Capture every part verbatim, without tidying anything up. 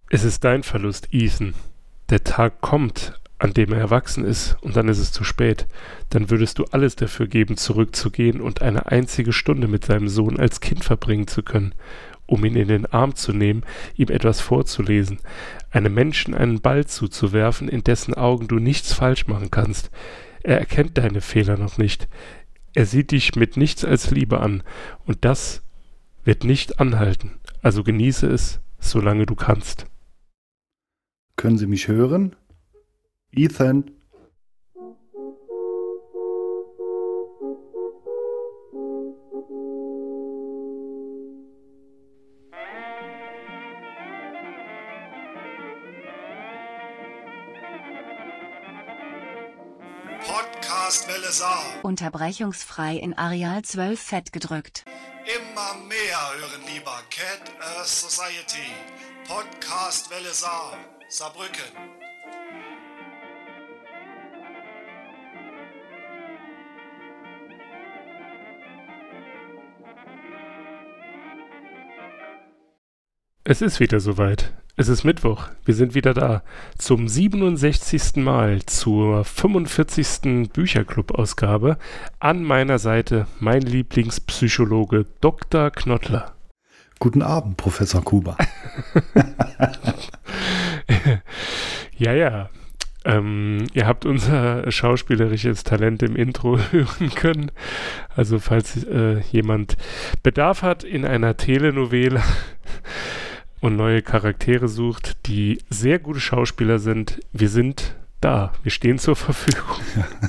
Es ist dein Verlust, Ethan. Der Tag kommt, an dem er erwachsen ist, und dann ist es zu spät. Dann würdest du alles dafür geben, zurückzugehen und eine einzige Stunde mit seinem Sohn als Kind verbringen zu können, um ihn in den Arm zu nehmen, ihm etwas vorzulesen, einem Menschen einen Ball zuzuwerfen, in dessen Augen du nichts falsch machen kannst. Er erkennt deine Fehler noch nicht. Er sieht dich mit nichts als Liebe an, und das wird nicht anhalten. Also genieße es, solange du kannst. Können Sie mich hören? Ethan? Podcast Welle Saar. Unterbrechungsfrei in Areal zwölf fett gedrückt. Immer mehr hören lieber Cat Earth Society. Podcast Welle Saar. Saarbrücken. Es ist wieder soweit. Es ist Mittwoch. Wir sind wieder da. Zum siebenundsechzigsten Mal zur fünfundvierzigsten Bücherclub-Ausgabe. An meiner Seite mein Lieblingspsychologe Doktor Knottler. Guten Abend, Professor Kuba. Ja, ja. Ähm, ihr habt unser schauspielerisches Talent im Intro hören können. Also falls äh, jemand Bedarf hat in einer Telenovela und neue Charaktere sucht, die sehr gute Schauspieler sind, wir sind da. Wir stehen zur Verfügung.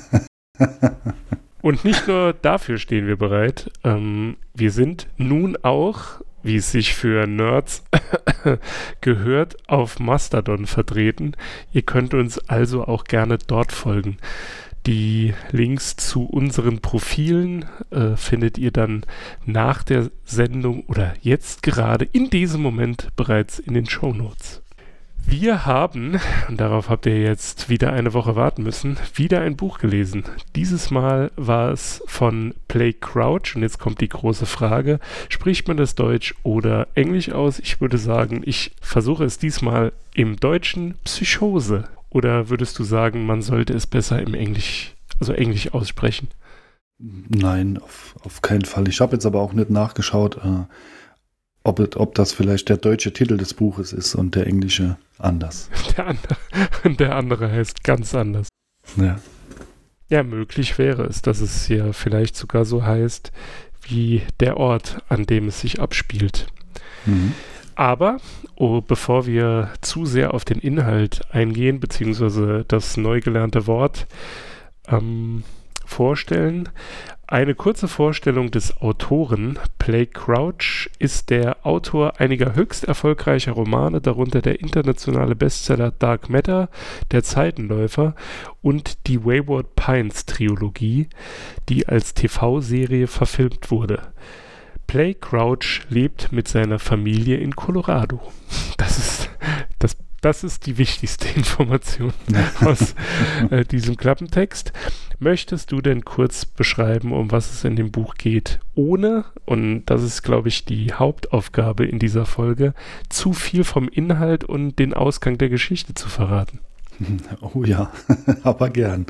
Und nicht nur dafür stehen wir bereit. Ähm, wir sind nun auch, wie es sich für Nerds gehört, auf Mastodon vertreten. Ihr könnt uns also auch gerne dort folgen. Die Links zu unseren Profilen äh, findet ihr dann nach der Sendung oder jetzt gerade in diesem Moment bereits in den Shownotes. Wir haben, und darauf habt ihr jetzt wieder eine Woche warten müssen, wieder ein Buch gelesen. Dieses Mal war es von Blake Crouch und jetzt kommt die große Frage, spricht man das Deutsch oder Englisch aus? Ich würde sagen, ich versuche es diesmal im Deutschen, Psychose. Oder würdest du sagen, man sollte es besser im Englisch, also Englisch aussprechen? Nein, auf, auf keinen Fall. Ich habe jetzt aber auch nicht nachgeschaut, äh, ob, ob das vielleicht der deutsche Titel des Buches ist und der englische anders. Der andere, der andere heißt ganz anders. Ja. Ja, möglich wäre es, dass es ja vielleicht sogar so heißt, wie der Ort, an dem es sich abspielt. Mhm. Aber, oh, bevor wir zu sehr auf den Inhalt eingehen, beziehungsweise das neu gelernte Wort ähm, vorstellen, eine kurze Vorstellung des Autoren. Blake Crouch ist der Autor einiger höchst erfolgreicher Romane, darunter der internationale Bestseller Dark Matter, Der Zeitenläufer und die Wayward Pines Trilogie, die als T V-Serie verfilmt wurde. Blake Crouch lebt mit seiner Familie in Colorado. Das ist, das, das ist die wichtigste Information aus äh, diesem Klappentext. Möchtest du denn kurz beschreiben, um was es in dem Buch geht, ohne, und das ist, glaube ich, die Hauptaufgabe in dieser Folge, zu viel vom Inhalt und den Ausgang der Geschichte zu verraten? Oh ja, aber gern.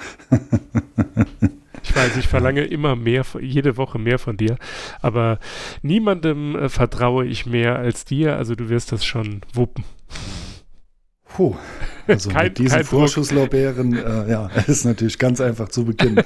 Ich weiß, ich verlange immer mehr, jede Woche mehr von dir, aber niemandem äh, vertraue ich mehr als dir, also du wirst das schon wuppen. Puh, also kein, mit diesen Vorschusslorbeeren, äh, ja, ist natürlich ganz einfach zu beginnen.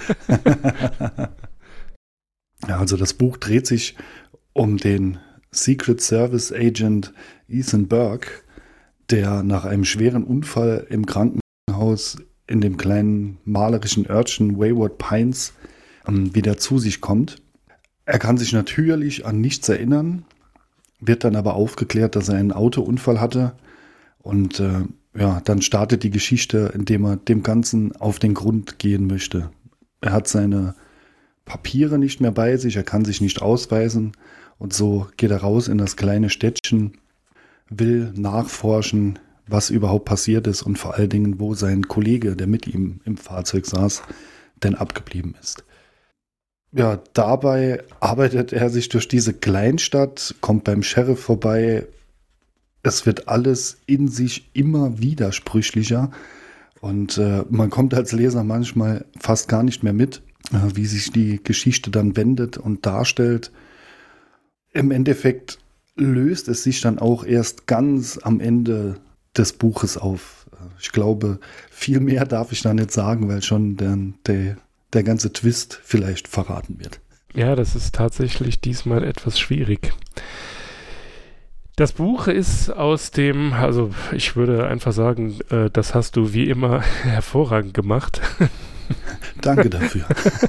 Ja, also das Buch dreht sich um den Secret Service Agent Ethan Burke, der nach einem schweren Unfall im Krankenhaus in dem kleinen malerischen Örtchen Wayward Pines ähm, wieder zu sich kommt. Er kann sich natürlich an nichts erinnern, wird dann aber aufgeklärt, dass er einen Autounfall hatte. Und äh, ja, dann startet die Geschichte, indem er dem Ganzen auf den Grund gehen möchte. Er hat seine Papiere nicht mehr bei sich, er kann sich nicht ausweisen. Und so geht er raus in das kleine Städtchen, will nachforschen, was überhaupt passiert ist und vor allen Dingen, wo sein Kollege, der mit ihm im Fahrzeug saß, denn abgeblieben ist. Ja, dabei arbeitet er sich durch diese Kleinstadt, kommt beim Sheriff vorbei, es wird alles in sich immer widersprüchlicher und äh, man kommt als Leser manchmal fast gar nicht mehr mit, äh, wie sich die Geschichte dann wendet und darstellt. Im Endeffekt löst es sich dann auch erst ganz am Ende des Buches auf. Ich glaube, viel mehr darf ich da nicht sagen, weil schon der, der, der ganze Twist vielleicht verraten wird. Ja, das ist tatsächlich diesmal etwas schwierig. Das Buch ist aus dem, also ich würde einfach sagen, äh, das hast du wie immer hervorragend gemacht. Danke dafür.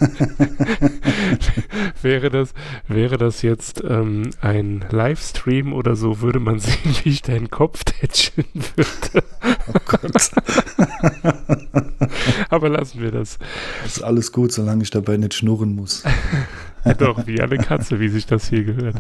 wäre, das, wäre das jetzt ähm, ein Livestream oder so, würde man sehen, wie ich deinen Kopf tätscheln würde. Oh Gott. Aber lassen wir das. Ist alles gut, solange ich dabei nicht schnurren muss. Doch, wie eine Katze, wie sich das hier gehört.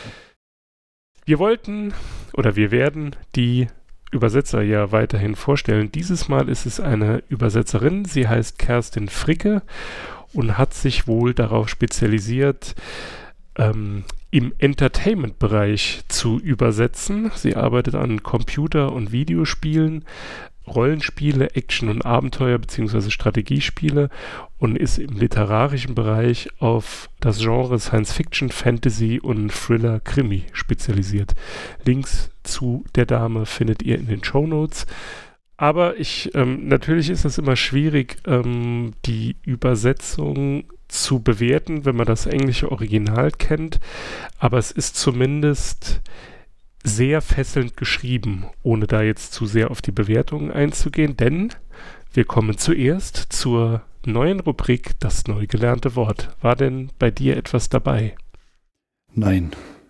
Wir wollten oder wir werden die Übersetzer ja weiterhin vorstellen. Dieses Mal ist es eine Übersetzerin. Sie heißt Kerstin Fricke und hat sich wohl darauf spezialisiert, ähm, im Entertainment-Bereich zu übersetzen. Sie arbeitet an Computer- und Videospielen, Rollenspiele, Action- und Abenteuer- bzw. Strategiespiele und ist im literarischen Bereich auf das Genre Science-Fiction, Fantasy und Thriller-Krimi spezialisiert. Links zu der Dame findet ihr in den Shownotes. Aber ich, ähm, natürlich ist es immer schwierig, ähm, die Übersetzung zu bewerten, wenn man das englische Original kennt. Aber es ist zumindest sehr fesselnd geschrieben, ohne da jetzt zu sehr auf die Bewertungen einzugehen, denn wir kommen zuerst zur neuen Rubrik, das neu gelernte Wort. War denn bei dir etwas dabei? Nein.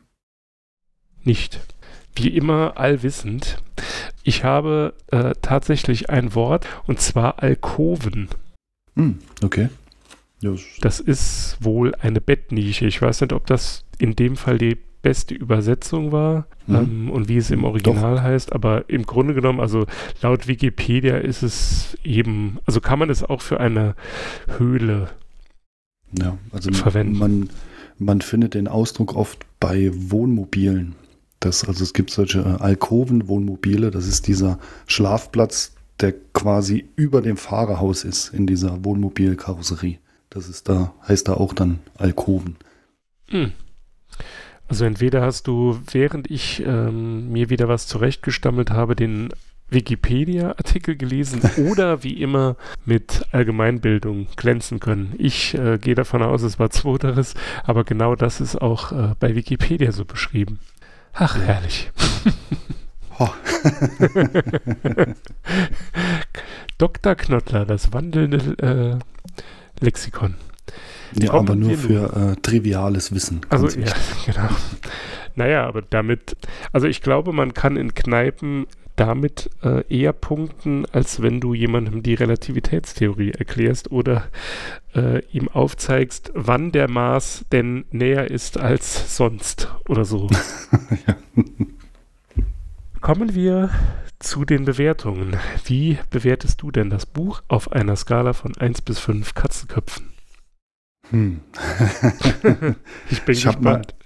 Nicht. Wie immer allwissend. Ich habe äh, tatsächlich ein Wort, und zwar Alkoven. Hm, okay. Das ist wohl eine Bettnische. Ich weiß nicht, ob das in dem Fall die beste Übersetzung war mhm. ähm, und wie es im Original Doch. heißt, aber im Grunde genommen, also laut Wikipedia ist es eben, also kann man es auch für eine Höhle ja, also verwenden. Man, man findet den Ausdruck oft bei Wohnmobilen. Das, also es gibt solche äh, Alkoven-Wohnmobile, das ist dieser Schlafplatz, der quasi über dem Fahrerhaus ist in dieser Wohnmobilkarosserie. Das ist da, heißt da auch dann Alkoven. Hm. Also entweder hast du, während ich ähm, mir wieder was zurechtgestammelt habe, den Wikipedia-Artikel gelesen oder wie immer mit Allgemeinbildung glänzen können. Ich äh, gehe davon aus, es war zweiteres, aber genau das ist auch äh, bei Wikipedia so beschrieben. Ach, herrlich. Oh. Doktor Knottler, das wandelnde äh, Lexikon. Ja, Kommen aber nur für äh, triviales Wissen. Also ja, genau. Naja, aber damit, also ich glaube, man kann in Kneipen damit äh, eher punkten, als wenn du jemandem die Relativitätstheorie erklärst oder äh, ihm aufzeigst, wann der Mars denn näher ist als sonst oder so. Ja. Kommen wir zu den Bewertungen. Wie bewertest du denn das Buch auf einer Skala von eins bis fünf Katzenköpfen? Hm. ich bin ich gespannt.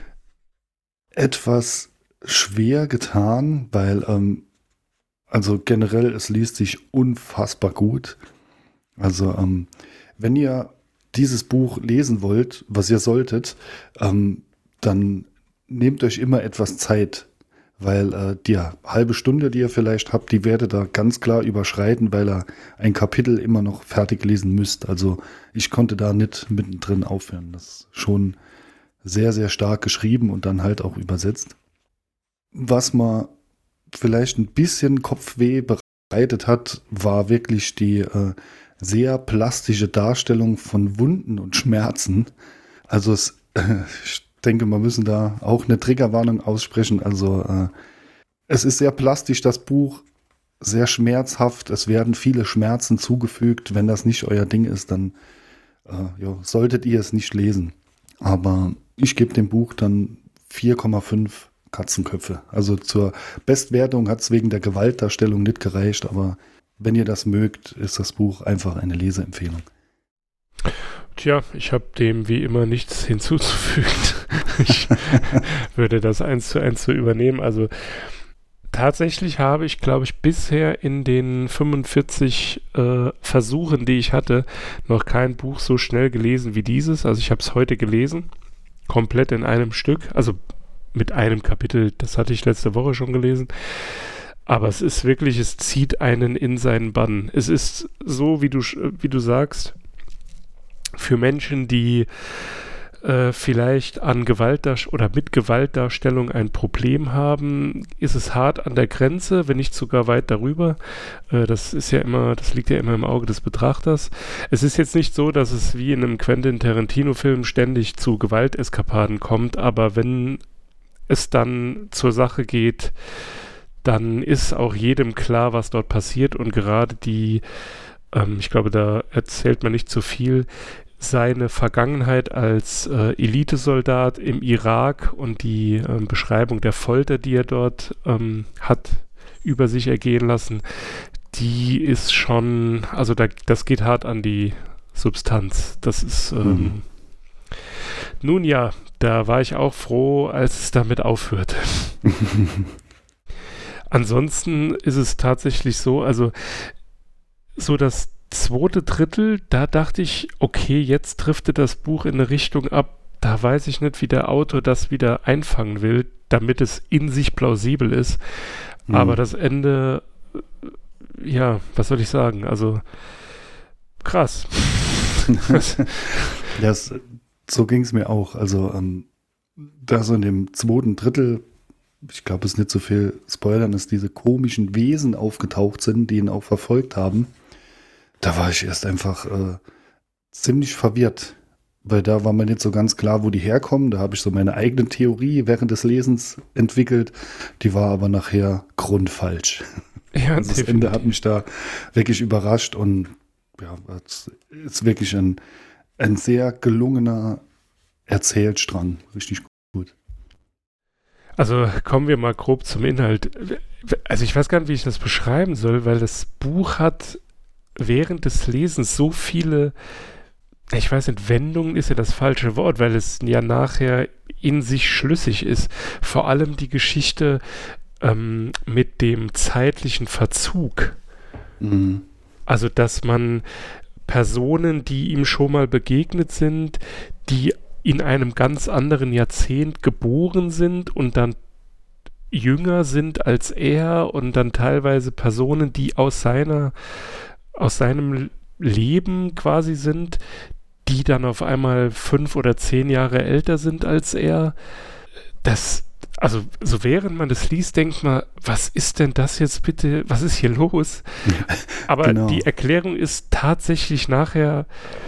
Etwas schwer getan, weil ähm, also generell es liest sich unfassbar gut. Also ähm, wenn ihr dieses Buch lesen wollt, was ihr solltet, ähm, dann nehmt euch immer etwas Zeit, weil äh, die halbe Stunde, die ihr vielleicht habt, die werdet ihr ganz klar überschreiten, weil ihr ein Kapitel immer noch fertig lesen müsst. Also ich konnte da nicht mittendrin aufhören. Das ist schon sehr, sehr stark geschrieben und dann halt auch übersetzt. Was mir vielleicht ein bisschen Kopfweh bereitet hat, war wirklich die äh, sehr plastische Darstellung von Wunden und Schmerzen. Also es, äh, ich denke, wir müssen da auch eine Triggerwarnung aussprechen. Also äh, es ist sehr plastisch, das Buch, sehr schmerzhaft. Es werden viele Schmerzen zugefügt. Wenn das nicht euer Ding ist, dann äh, ja, solltet ihr es nicht lesen. Aber ich gebe dem Buch dann vier Komma fünf Katzenköpfe. Also zur Bestwertung hat es wegen der Gewaltdarstellung nicht gereicht, aber wenn ihr das mögt, ist das Buch einfach eine Leseempfehlung. Tja, ich habe dem wie immer nichts hinzuzufügen. Ich würde das eins zu eins so übernehmen. Also tatsächlich habe ich, glaube ich, bisher in den fünfundvierzig äh, Versuchen, die ich hatte, noch kein Buch so schnell gelesen wie dieses. Also ich habe es heute gelesen, komplett in einem Stück, also mit einem Kapitel, das hatte ich letzte Woche schon gelesen. Aber es ist wirklich, es zieht einen in seinen Bann. Es ist so, wie du, wie du sagst, für Menschen, die äh, vielleicht an Gewaltdarst- oder mit Gewaltdarstellung ein Problem haben, ist es hart an der Grenze, wenn nicht sogar weit darüber. Äh, das ist ja immer, das liegt ja immer im Auge des Betrachters. Es ist jetzt nicht so, dass es wie in einem Quentin Tarantino-Film ständig zu Gewalteskapaden kommt, aber wenn es dann zur Sache geht, dann ist auch jedem klar, was dort passiert, und gerade die, ähm, ich glaube, da erzählt man nicht zu viel, seine Vergangenheit als äh, Elitesoldat im Irak und die ähm, Beschreibung der Folter, die er dort ähm, hat über sich ergehen lassen, die ist schon, also da, das geht hart an die Substanz. Das ist, ähm, mhm. nun ja, da war ich auch froh, als es damit aufhörte. Ansonsten ist es tatsächlich so, also so das zweite Drittel, da dachte ich, okay, jetzt driftet das Buch in eine Richtung ab, da weiß ich nicht, wie der Autor das wieder einfangen will, damit es in sich plausibel ist. Mhm. Aber das Ende, ja, was soll ich sagen, also krass. das, so ging es mir auch, also ähm, da so in dem zweiten Drittel, ich glaube, es ist nicht so viel Spoilern, dass diese komischen Wesen aufgetaucht sind, die ihn auch verfolgt haben. Da war ich erst einfach äh, ziemlich verwirrt, weil da war mir nicht so ganz klar, wo die herkommen. Da habe ich so meine eigene Theorie während des Lesens entwickelt. Die war aber nachher grundfalsch. Ja, also das Ende hat mich da wirklich überrascht und ja, es ist wirklich ein, ein sehr gelungener Erzählstrang. Richtig gut. Also kommen wir mal grob zum Inhalt. Also ich weiß gar nicht, wie ich das beschreiben soll, weil das Buch hat während des Lesens so viele, ich weiß nicht, Wendungen ist ja das falsche Wort, weil es ja nachher in sich schlüssig ist. Vor allem die Geschichte ähm, mit dem zeitlichen Verzug. Mhm. Also, dass man Personen, die ihm schon mal begegnet sind, die in einem ganz anderen Jahrzehnt geboren sind und dann jünger sind als er, und dann teilweise Personen, die aus seiner aus seinem Leben quasi sind, die dann auf einmal fünf oder zehn Jahre älter sind als er. Das, also so während man das liest, denkt man, was ist denn das jetzt bitte, was ist hier los? Aber genau. Die Erklärung ist tatsächlich nachher,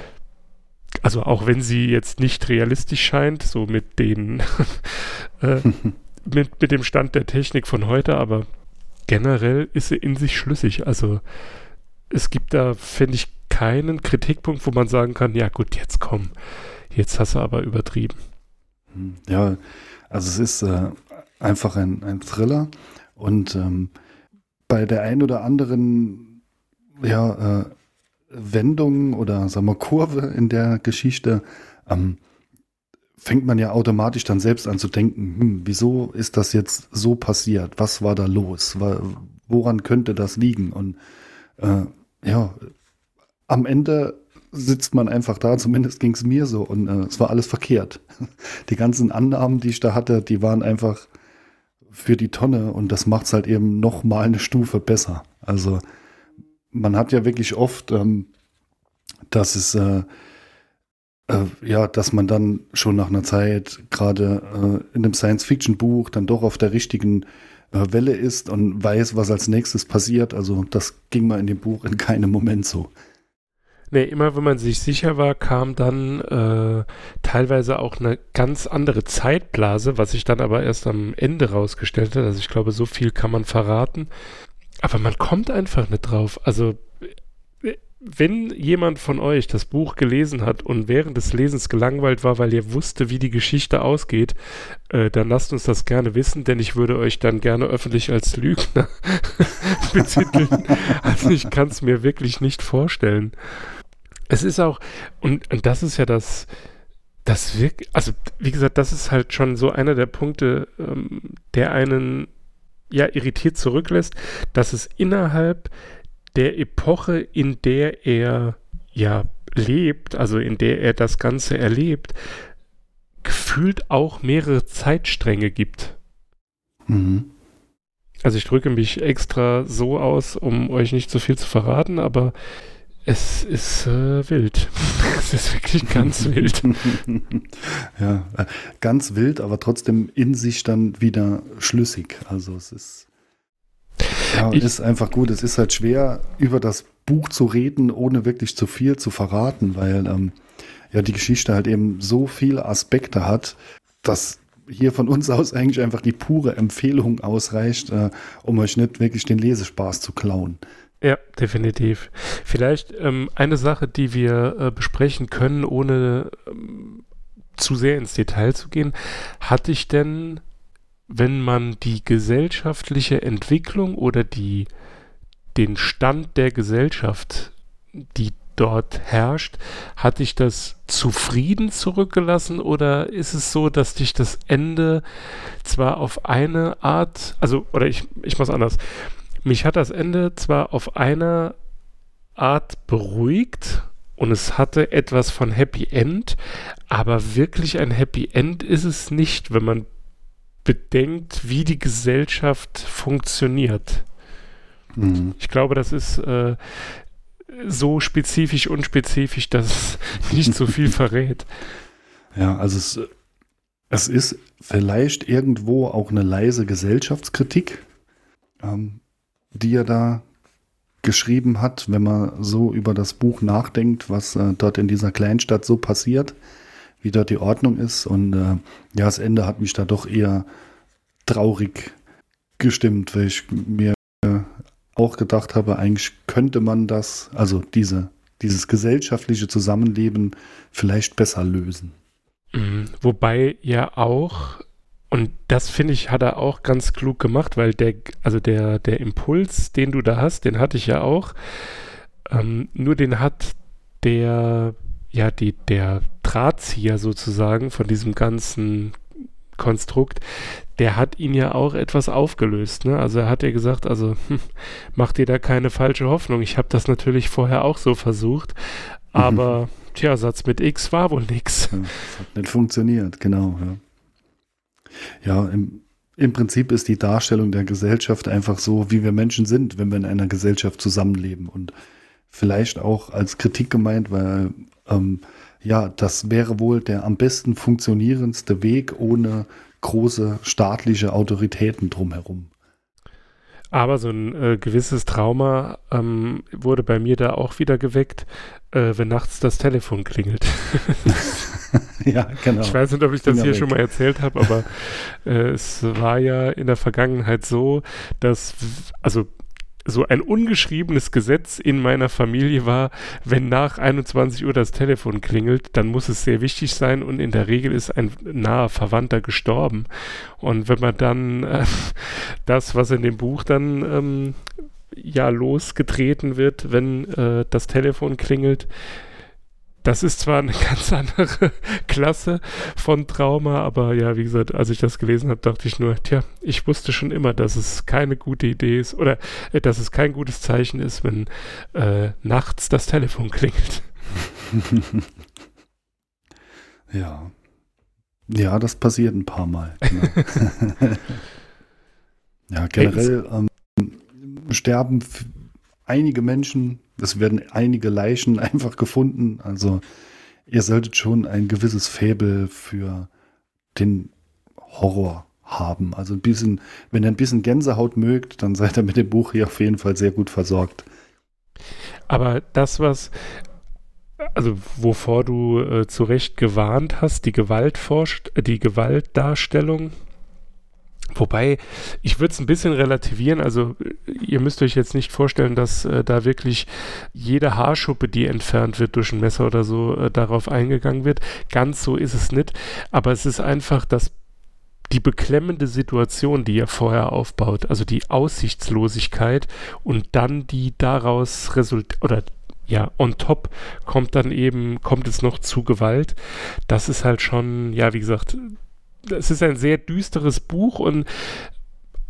also auch wenn sie jetzt nicht realistisch scheint, so mit den äh, mit, mit dem Stand der Technik von heute, aber generell ist sie in sich schlüssig. Also es gibt da, finde ich, keinen Kritikpunkt, wo man sagen kann, ja gut, jetzt komm, jetzt hast du aber übertrieben. Ja, also es ist äh, einfach ein, ein Thriller, und ähm, bei der ein oder anderen ja, äh, Wendung oder sagen wir Kurve in der Geschichte ähm, fängt man ja automatisch dann selbst an zu denken, hm, wieso ist das jetzt so passiert? Was war da los? Woran könnte das liegen? Und äh, ja, am Ende sitzt man einfach da, zumindest ging es mir so, und äh, es war alles verkehrt. Die ganzen Annahmen, die ich da hatte, die waren einfach für die Tonne, und das macht es halt eben noch mal eine Stufe besser. Also man hat ja wirklich oft, ähm, dass es äh, äh, ja, dass man dann schon nach einer Zeit gerade äh, in einem Science-Fiction-Buch dann doch auf der richtigen Welle ist und weiß, was als nächstes passiert. Also das ging mal in dem Buch in keinem Moment so. Nee, immer wenn man sich sicher war, kam dann äh, teilweise auch eine ganz andere Zeitblase, was sich dann aber erst am Ende rausgestellt hat. Also ich glaube, so viel kann man verraten. Aber man kommt einfach nicht drauf. Also wenn jemand von euch das Buch gelesen hat und während des Lesens gelangweilt war, weil ihr wusste, wie die Geschichte ausgeht, äh, dann lasst uns das gerne wissen, denn ich würde euch dann gerne öffentlich als Lügner betiteln. Also ich kann es mir wirklich nicht vorstellen. Es ist auch, und, und das ist ja das, das wirklich, also wie gesagt, das ist halt schon so einer der Punkte, ähm, der einen ja irritiert zurücklässt, dass es innerhalb der Epoche, in der er ja lebt, also in der er das Ganze erlebt, gefühlt auch mehrere Zeitstränge gibt. Mhm. Also ich drücke mich extra so aus, um euch nicht zu viel zu verraten, aber es ist äh, wild. Es ist wirklich ganz wild. Ja, äh, ganz wild, aber trotzdem in sich dann wieder schlüssig. Also es ist, ja, Ich- ist einfach gut. Es ist halt schwer, über das Buch zu reden, ohne wirklich zu viel zu verraten, weil ähm, ja die Geschichte halt eben so viele Aspekte hat, dass hier von uns aus eigentlich einfach die pure Empfehlung ausreicht, äh, um euch nicht wirklich den Lesespaß zu klauen. Ja, definitiv. Vielleicht ähm, eine Sache, die wir äh, besprechen können, ohne ähm, zu sehr ins Detail zu gehen. Hatte ich denn, wenn man die gesellschaftliche Entwicklung oder die, den Stand der Gesellschaft, die dort herrscht, hatte ich das zufrieden zurückgelassen oder ist es so, dass dich das Ende zwar auf eine Art, also, oder ich, ich mach's anders, mich hat das Ende zwar auf eine Art beruhigt und es hatte etwas von Happy End, aber wirklich ein Happy End ist es nicht, wenn man bedenkt, wie die Gesellschaft funktioniert. Mhm. Ich glaube, das ist äh, so spezifisch, unspezifisch, dass es nicht so viel verrät. Ja, also es, es ist vielleicht irgendwo auch eine leise Gesellschaftskritik, ähm, die er da geschrieben hat, wenn man so über das Buch nachdenkt, was äh, dort in dieser Kleinstadt so passiert, wie dort die Ordnung ist. Und äh, ja, das Ende hat mich da doch eher traurig gestimmt, weil ich mir äh, auch gedacht habe, eigentlich könnte man das, also diese, dieses gesellschaftliche Zusammenleben vielleicht besser lösen. Mhm. Wobei ja auch, und das finde ich, hat er auch ganz klug gemacht, weil der, also der, der Impuls, den du da hast, den hatte ich ja auch, ähm, nur den hat der, ja, die, der Drahtzieher sozusagen von diesem ganzen Konstrukt, der hat ihn ja auch etwas aufgelöst, ne? Also er hat ja gesagt, also hm, mach dir da keine falsche Hoffnung. Ich habe das natürlich vorher auch so versucht, aber tja, Satz mit X war wohl nix. Ja, das hat nicht funktioniert, genau. Ja, ja im, im Prinzip ist die Darstellung der Gesellschaft einfach so, wie wir Menschen sind, wenn wir in einer Gesellschaft zusammenleben. Und vielleicht auch als Kritik gemeint, weil ähm, ja, das wäre wohl der am besten funktionierendste Weg ohne große staatliche Autoritäten drumherum. Aber so ein äh, gewisses Trauma ähm, wurde bei mir da auch wieder geweckt, äh, wenn nachts das Telefon klingelt. Ja, genau. Ich weiß nicht, ob ich das Finger hier weg. schon mal erzählt habe, aber äh, es war ja in der Vergangenheit so, dass, w- also so ein ungeschriebenes Gesetz in meiner Familie war, wenn nach einundzwanzig Uhr das Telefon klingelt, dann muss es sehr wichtig sein und in der Regel ist ein naher Verwandter gestorben. Und wenn man dann äh, das, was in dem Buch dann ähm, ja losgetreten wird, wenn äh, das Telefon klingelt, das ist zwar eine ganz andere Klasse von Trauma, aber ja, wie gesagt, als ich das gelesen habe, dachte ich nur, tja, ich wusste schon immer, dass es keine gute Idee ist oder äh, dass es kein gutes Zeichen ist, wenn äh, nachts das Telefon klingelt. Ja. Ja, das passiert ein paar Mal. Genau. Ja, generell ähm, sterben f- einige Menschen, es werden einige Leichen einfach gefunden. Also ihr solltet schon ein gewisses Faible für den Horror haben. Also ein bisschen, wenn ihr ein bisschen Gänsehaut mögt, dann seid ihr mit dem Buch hier auf jeden Fall sehr gut versorgt. Aber das, was, also wovor du äh, zu Recht gewarnt hast, die Gewaltforsch äh, die Gewaltdarstellung, wobei, ich würde es ein bisschen relativieren, also äh, ihr müsst euch jetzt nicht vorstellen, dass äh, da wirklich jede Haarschuppe, die entfernt wird durch ein Messer oder so, äh, darauf eingegangen wird. Ganz so ist es nicht, aber es ist einfach das die beklemmende Situation, die er vorher aufbaut, also die Aussichtslosigkeit und dann die daraus result oder ja, on top kommt dann eben, kommt es noch zu Gewalt. Das ist halt schon, ja, wie gesagt, es ist ein sehr düsteres Buch und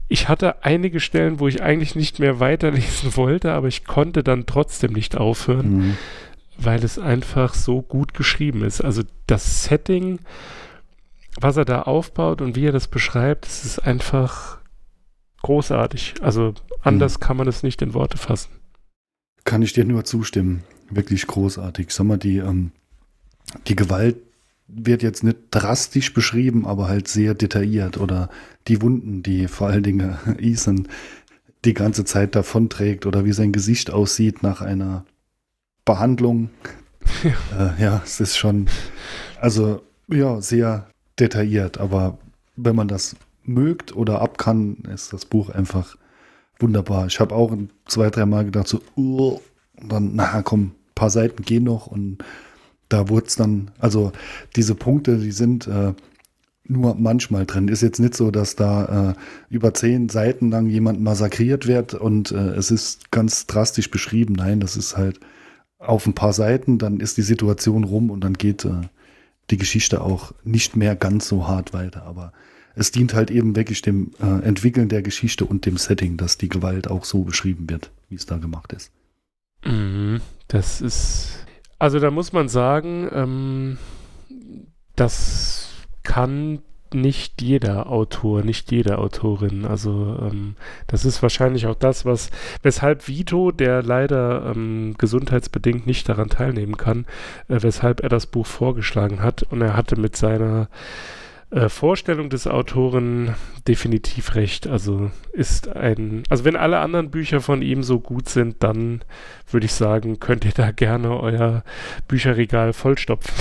ich hatte einige Stellen, wo ich eigentlich nicht mehr weiterlesen wollte, aber ich konnte dann trotzdem nicht aufhören, mhm. weil es einfach so gut geschrieben ist. Also das Setting, was er da aufbaut und wie er das beschreibt, das ist einfach großartig. Also anders mhm. kann man es nicht in Worte fassen. Kann ich dir nur zustimmen. Wirklich großartig. Sag mal, die, ähm, die Gewalt wird jetzt nicht drastisch beschrieben, aber halt sehr detailliert. Oder die Wunden, die vor allen Dingen Ethan die ganze Zeit davonträgt oder wie sein Gesicht aussieht nach einer Behandlung. Ja, äh, ja es ist schon, also ja, sehr detailliert. Aber wenn man das mögt oder ab kann, ist das Buch einfach wunderbar. Ich habe auch zwei, drei Mal gedacht so, uh, und dann, na komm, ein paar Seiten gehen noch und da wurde es dann, also diese Punkte, die sind äh, nur manchmal drin. Ist jetzt nicht so, dass da äh, über zehn Seiten lang jemand massakriert wird und äh, es ist ganz drastisch beschrieben. Nein, das ist halt auf ein paar Seiten, dann ist die Situation rum und dann geht äh, die Geschichte auch nicht mehr ganz so hart weiter. Aber es dient halt eben wirklich dem äh, Entwickeln der Geschichte und dem Setting, dass die Gewalt auch so beschrieben wird, wie es da gemacht ist. Mhm, das ist, also da muss man sagen, ähm, das kann nicht jeder Autor, nicht jede Autorin. Also ähm, das ist wahrscheinlich auch das, was, weshalb Vito, der leider ähm, gesundheitsbedingt nicht daran teilnehmen kann, äh, weshalb er das Buch vorgeschlagen hat. Und er hatte mit seiner Äh, Vorstellung des Autoren definitiv recht. Also ist ein, also wenn alle anderen Bücher von ihm so gut sind, dann würde ich sagen, könnt ihr da gerne euer Bücherregal vollstopfen.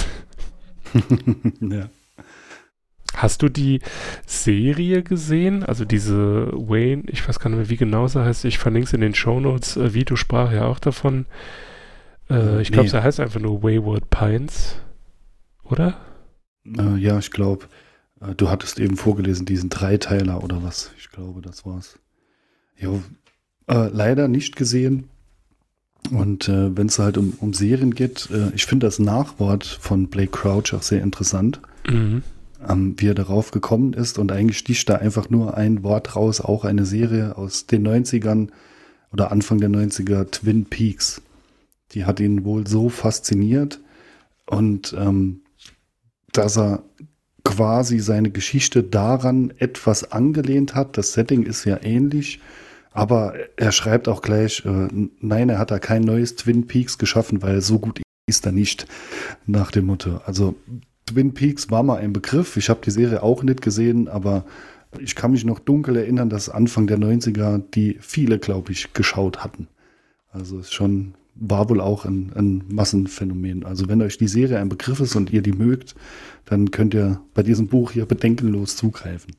Ja. Hast du die Serie gesehen? Also diese Wayne, ich weiß gar nicht mehr, wie genau sie heißt. Ich verlinke es in den Shownotes. Äh, Vito sprach ja auch davon. Äh, ich glaube, nee. sie heißt einfach nur Wayward Pines. Oder? Äh, ja, ich glaube. Du hattest eben vorgelesen, diesen Dreiteiler oder was? Ich glaube, das war's. Jo, äh, leider nicht gesehen. Und äh, wenn es halt um, um Serien geht, äh, ich finde das Nachwort von Blake Crouch auch sehr interessant, mhm. ähm, wie er darauf gekommen ist. Und eigentlich sticht da einfach nur ein Wort raus, auch eine Serie aus den neunzigern oder Anfang der neunziger, Twin Peaks. Die hat ihn wohl so fasziniert und ähm, dass er quasi seine Geschichte daran etwas angelehnt hat. Das Setting ist ja ähnlich, aber er schreibt auch gleich, äh, nein, er hat da kein neues Twin Peaks geschaffen, weil so gut ist er nicht, nach dem Motto. Also Twin Peaks war mal ein Begriff, ich habe die Serie auch nicht gesehen, aber ich kann mich noch dunkel erinnern, dass Anfang der neunziger die viele, glaube ich, geschaut hatten. Also ist schon, war wohl auch ein, ein Massenphänomen. Also wenn euch die Serie ein Begriff ist und ihr die mögt, dann könnt ihr bei diesem Buch hier bedenkenlos zugreifen.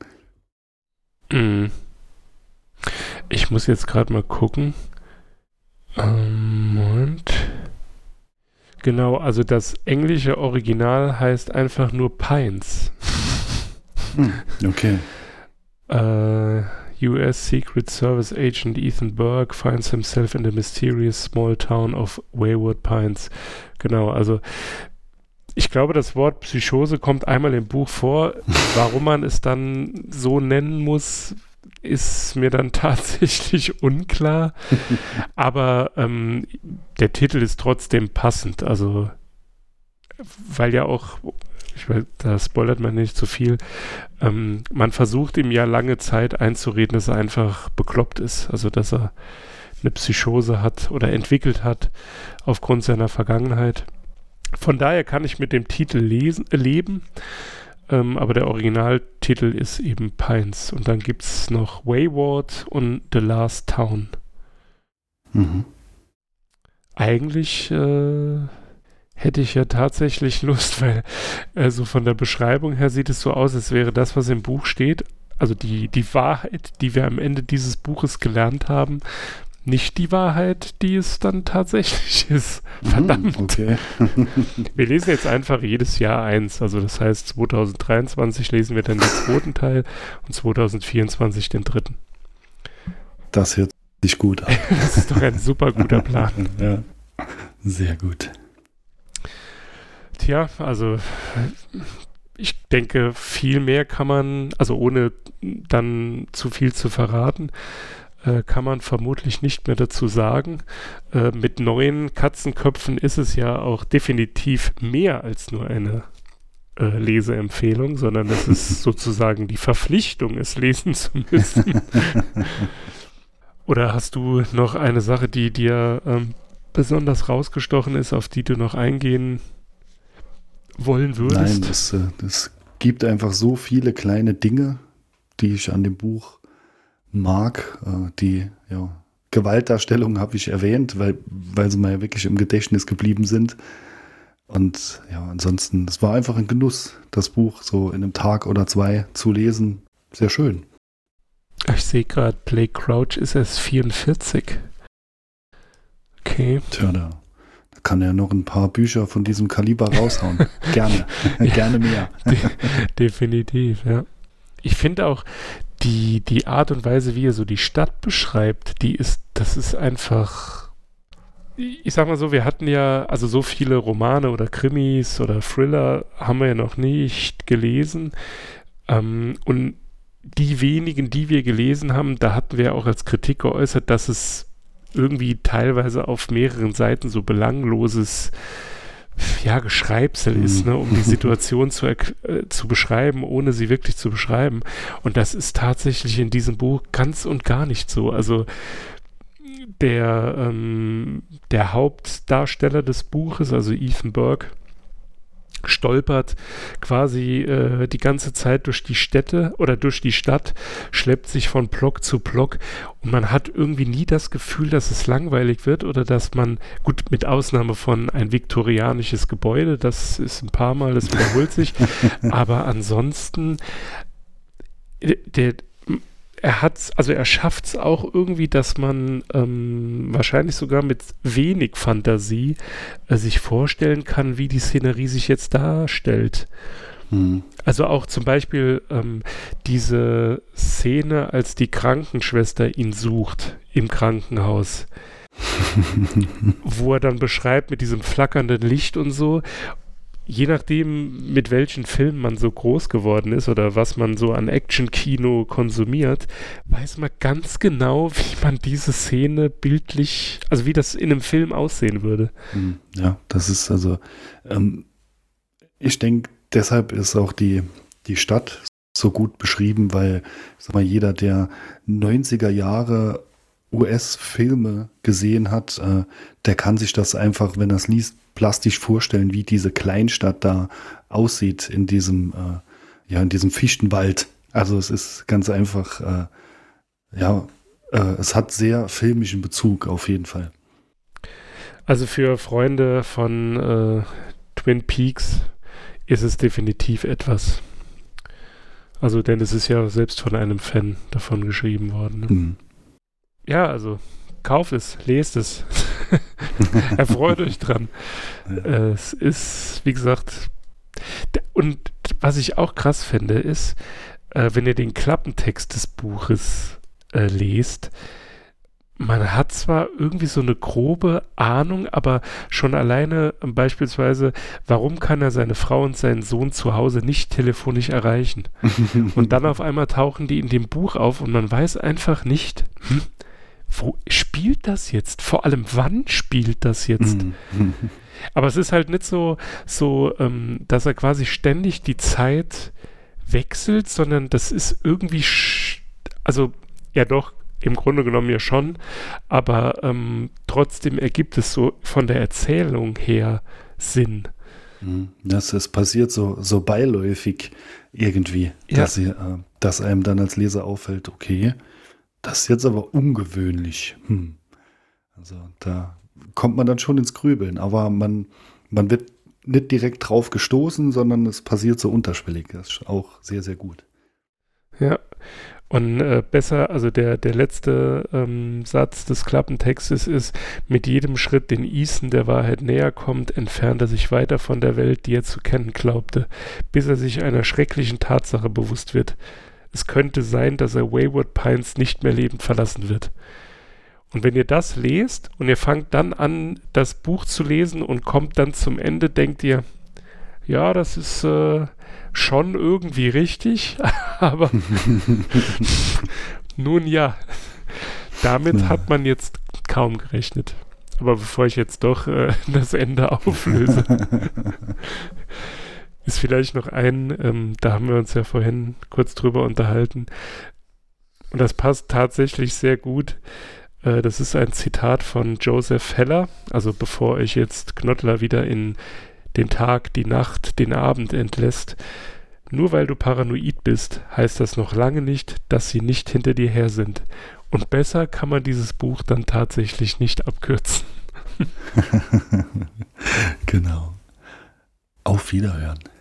Ich muss jetzt gerade mal gucken. Ähm, Moment. Genau, also das englische Original heißt einfach nur Pines. Hm, okay. Äh, U S Secret Service Agent Ethan Burke finds himself in the mysterious small town of Wayward Pines. Genau, also ich glaube, das Wort Psychose kommt einmal im Buch vor. Warum man es dann so nennen muss, ist mir dann tatsächlich unklar. Aber ähm, der Titel ist trotzdem passend. Also, weil ja auch, ich weiß, da spoilert man nicht zu viel, ähm, man versucht ihm ja lange Zeit einzureden, dass er einfach bekloppt ist. Also, dass er eine Psychose hat oder entwickelt hat aufgrund seiner Vergangenheit. Von daher kann ich mit dem Titel lesen, äh, leben, ähm, aber der Originaltitel ist eben Pines. Und dann gibt es noch Wayward und The Last Town. Mhm. Eigentlich äh, hätte ich ja tatsächlich Lust, weil äh, so von der Beschreibung her sieht es so aus, als wäre das, was im Buch steht, also die, die Wahrheit, die wir am Ende dieses Buches gelernt haben, nicht die Wahrheit, die es dann tatsächlich ist. Verdammt. Mm, okay. Wir lesen jetzt einfach jedes Jahr eins. Also das heißt, zwanzig dreiundzwanzig lesen wir dann den zweiten Teil und zwanzig vierundzwanzig den dritten. Das hört sich gut an. Das ist doch ein super guter Plan. Ja, sehr gut. Tja, also ich denke, viel mehr kann man, also ohne dann zu viel zu verraten, äh, kann man vermutlich nicht mehr dazu sagen. Äh, mit neuen Katzenköpfen ist es ja auch definitiv mehr als nur eine äh, Leseempfehlung, sondern es ist sozusagen die Verpflichtung, es lesen zu müssen. Oder hast du noch eine Sache, die dir ähm, besonders rausgestochen ist, auf die du noch eingehen wollen würdest? Nein, das, das gibt einfach so viele kleine Dinge, die ich an dem Buch mag. Die ja, Gewaltdarstellung habe ich erwähnt, weil, weil sie mir ja wirklich im Gedächtnis geblieben sind. Und ja, ansonsten, es war einfach ein Genuss, das Buch so in einem Tag oder zwei zu lesen. Sehr schön. Ich sehe gerade, Blake Crouch ist erst vierundvierzig. Okay. Tja, da, da kann er noch ein paar Bücher von diesem Kaliber raushauen. Gerne. Gerne mehr. De- definitiv, ja. Ich finde auch die, die Art und Weise, wie er so die Stadt beschreibt, die ist, das ist einfach, ich sag mal so, wir hatten ja, also so viele Romane oder Krimis oder Thriller haben wir ja noch nicht gelesen. Ähm, und die wenigen, die wir gelesen haben, da hatten wir auch als Kritik geäußert, dass es irgendwie teilweise auf mehreren Seiten so belangloses ja, Geschreibsel mhm. ist, ne, um die Situation zu, äh, zu beschreiben, ohne sie wirklich zu beschreiben. Und das ist tatsächlich in diesem Buch ganz und gar nicht so. Also der, ähm, der Hauptdarsteller des Buches, also Ethan Burke, stolpert quasi äh, die ganze Zeit durch die Städte oder durch die Stadt, schleppt sich von Block zu Block und man hat irgendwie nie das Gefühl, dass es langweilig wird oder dass man, gut, mit Ausnahme von ein viktorianisches Gebäude, das ist ein paar Mal, das wiederholt sich, aber ansonsten der er hat's, also er schafft es auch irgendwie, dass man ähm, wahrscheinlich sogar mit wenig Fantasie äh, sich vorstellen kann, wie die Szenerie sich jetzt darstellt. Hm. Also auch zum Beispiel ähm, diese Szene, als die Krankenschwester ihn sucht im Krankenhaus, wo er dann beschreibt mit diesem flackernden Licht und so. Je nachdem, mit welchen Filmen man so groß geworden ist oder was man so an Action-Kino konsumiert, weiß man ganz genau, wie man diese Szene bildlich, also wie das in einem Film aussehen würde. Ja, das ist also, ähm, ich denke, deshalb ist auch die, die Stadt so gut beschrieben, weil, sag mal, jeder, der neunziger Jahre U S-Filme gesehen hat, äh, der kann sich das einfach, wenn er es liest, plastisch vorstellen, wie diese Kleinstadt da aussieht in diesem, äh, ja, in diesem Fichtenwald. Also es ist ganz einfach, äh, ja, äh, es hat sehr filmischen Bezug auf jeden Fall. Also für Freunde von äh, Twin Peaks ist es definitiv etwas. Also, denn es ist ja selbst von einem Fan davon geschrieben worden. Ne? Mhm. Ja, also kauft es, lest es. Erfreut euch dran. Ja. Äh, es ist, wie gesagt, d- und was ich auch krass finde, ist, äh, wenn ihr den Klappentext des Buches äh, lest, man hat zwar irgendwie so eine grobe Ahnung, aber schon alleine äh, beispielsweise, warum kann er seine Frau und seinen Sohn zu Hause nicht telefonisch erreichen? Und dann auf einmal tauchen die in dem Buch auf und man weiß einfach nicht, hm, wo spielt das jetzt? Vor allem, wann spielt das jetzt? Aber es ist halt nicht so, so ähm, dass er quasi ständig die Zeit wechselt, sondern das ist irgendwie, sch- also ja doch, im Grunde genommen ja schon, aber ähm, trotzdem ergibt es so von der Erzählung her Sinn. Das, das passiert so, so beiläufig irgendwie, Ja. dass, sie, äh, dass einem dann als Leser auffällt, okay, das ist jetzt aber ungewöhnlich. Hm. Also da kommt man dann schon ins Grübeln, aber man, man wird nicht direkt drauf gestoßen, sondern es passiert so unterschwellig. Das ist auch sehr, sehr gut. Ja, und äh, besser, also der, der letzte ähm, Satz des Klappentextes ist, mit jedem Schritt, den Ethan der Wahrheit näher kommt, entfernt er sich weiter von der Welt, die er zu kennen glaubte, bis er sich einer schrecklichen Tatsache bewusst wird. Es könnte sein, dass er Wayward Pines nicht mehr lebend verlassen wird. Und wenn ihr das lest und ihr fangt dann an, das Buch zu lesen und kommt dann zum Ende, denkt ihr, ja, das ist äh, schon irgendwie richtig, aber nun ja, damit hat man jetzt kaum gerechnet. Aber bevor ich jetzt doch äh, das Ende auflöse, ist vielleicht noch ein, ähm, da haben wir uns ja vorhin kurz drüber unterhalten, und das passt tatsächlich sehr gut. Äh, das ist ein Zitat von Joseph Heller, also bevor euch jetzt Knottler wieder in den Tag, die Nacht, den Abend entlässt. Nur weil du paranoid bist, heißt das noch lange nicht, dass sie nicht hinter dir her sind. Und besser kann man dieses Buch dann tatsächlich nicht abkürzen. Genau. Auf Wiederhören.